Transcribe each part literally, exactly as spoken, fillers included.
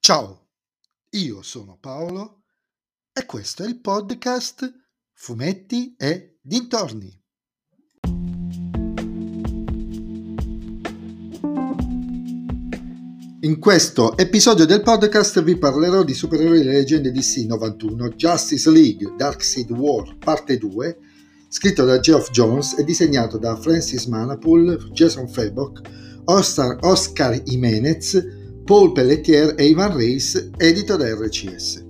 Ciao, io sono Paolo e questo è il podcast Fumetti e Dintorni. In questo episodio del podcast vi parlerò di supereroi delle leggende D C novantuno, Justice League Darkseid War parte due, scritto da Geoff Johns e disegnato da Francis Manapul, Jason Fabok, Oscar, Oscar Jimenez, Paul Pelletier e Ivan Reis, edito da R C S.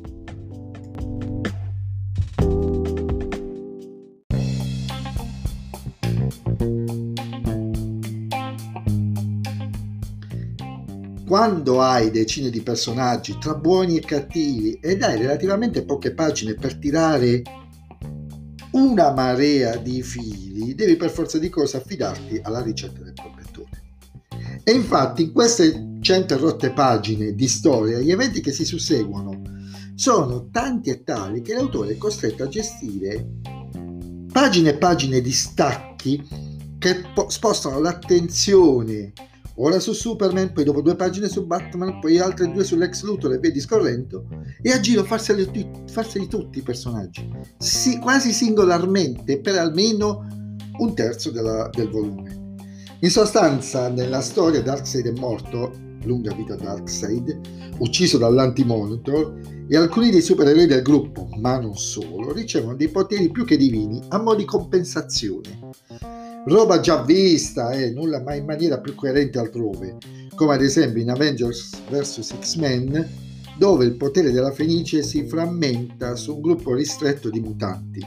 Quando hai decine di personaggi tra buoni e cattivi ed hai relativamente poche pagine per tirare una marea di fili, devi per forza di cose affidarti alla ricetta del proprietario. E infatti in queste cento rotte pagine di storia gli eventi che si susseguono sono tanti e tali che l'autore è costretto a gestire pagine e pagine di stacchi che po- spostano l'attenzione ora su Superman, poi dopo due pagine su Batman, poi altre due sull'ex Luthor e via discorrendo, e a giro farseli, farseli tutti i personaggi, sì, quasi singolarmente per almeno un terzo della, del volume. In sostanza, nella storia Darkseid è morto, lunga vita Darkseid, ucciso dall'Anti-Monitor, e alcuni dei supereroi del gruppo, ma non solo, ricevono dei poteri più che divini a mo' di compensazione. Roba già vista e eh, nulla mai in maniera più coerente altrove, come ad esempio in Avengers versus X-Men, dove il potere della Fenice si frammenta su un gruppo ristretto di mutanti.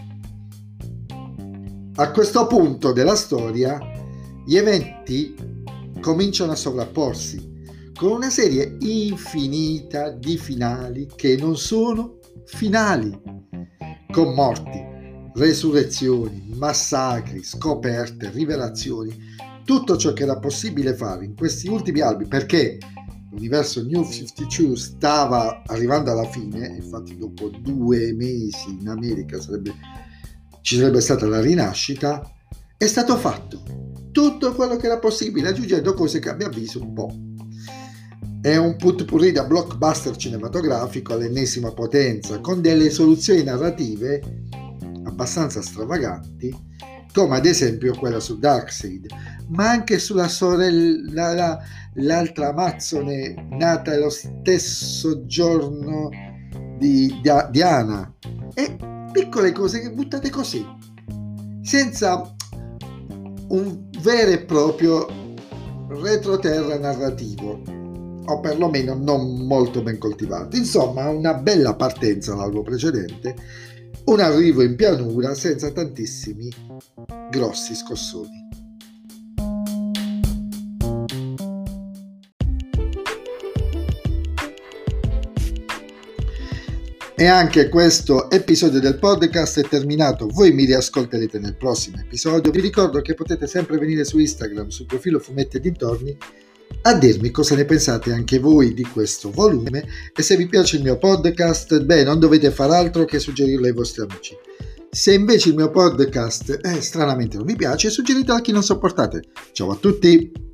A questo punto della storia gli eventi cominciano a sovrapporsi con una serie infinita di finali che non sono finali, con morti, resurrezioni, massacri, scoperte, rivelazioni, tutto ciò che era possibile fare in questi ultimi albi, perché l'universo New cinquantadue stava arrivando alla fine. Infatti dopo due mesi in America sarebbe, ci sarebbe stata la rinascita. È stato fatto tutto quello che era possibile, aggiungendo cose che a mio avviso un po'. È un putpurri da blockbuster cinematografico all'ennesima potenza, con delle soluzioni narrative abbastanza stravaganti, come ad esempio quella su Darkseid, ma anche sulla sorella, la, l'altra Amazzone nata lo stesso giorno di, di Diana, e piccole cose che buttate così, senza un vero e proprio retroterra narrativo, o perlomeno non molto ben coltivato. Insomma, una bella partenza l'albo precedente, un arrivo in pianura senza tantissimi grossi scossoni. E anche questo episodio del podcast è terminato. Voi mi riascolterete nel prossimo episodio. Vi ricordo che potete sempre venire su Instagram, sul profilo Fumetti e Dintorni, a dirmi cosa ne pensate anche voi di questo volume, e se vi piace il mio podcast, beh, non dovete far altro che suggerirlo ai vostri amici. Se invece il mio podcast eh, stranamente non vi piace, suggeritelo a chi non sopportate. Ciao a tutti!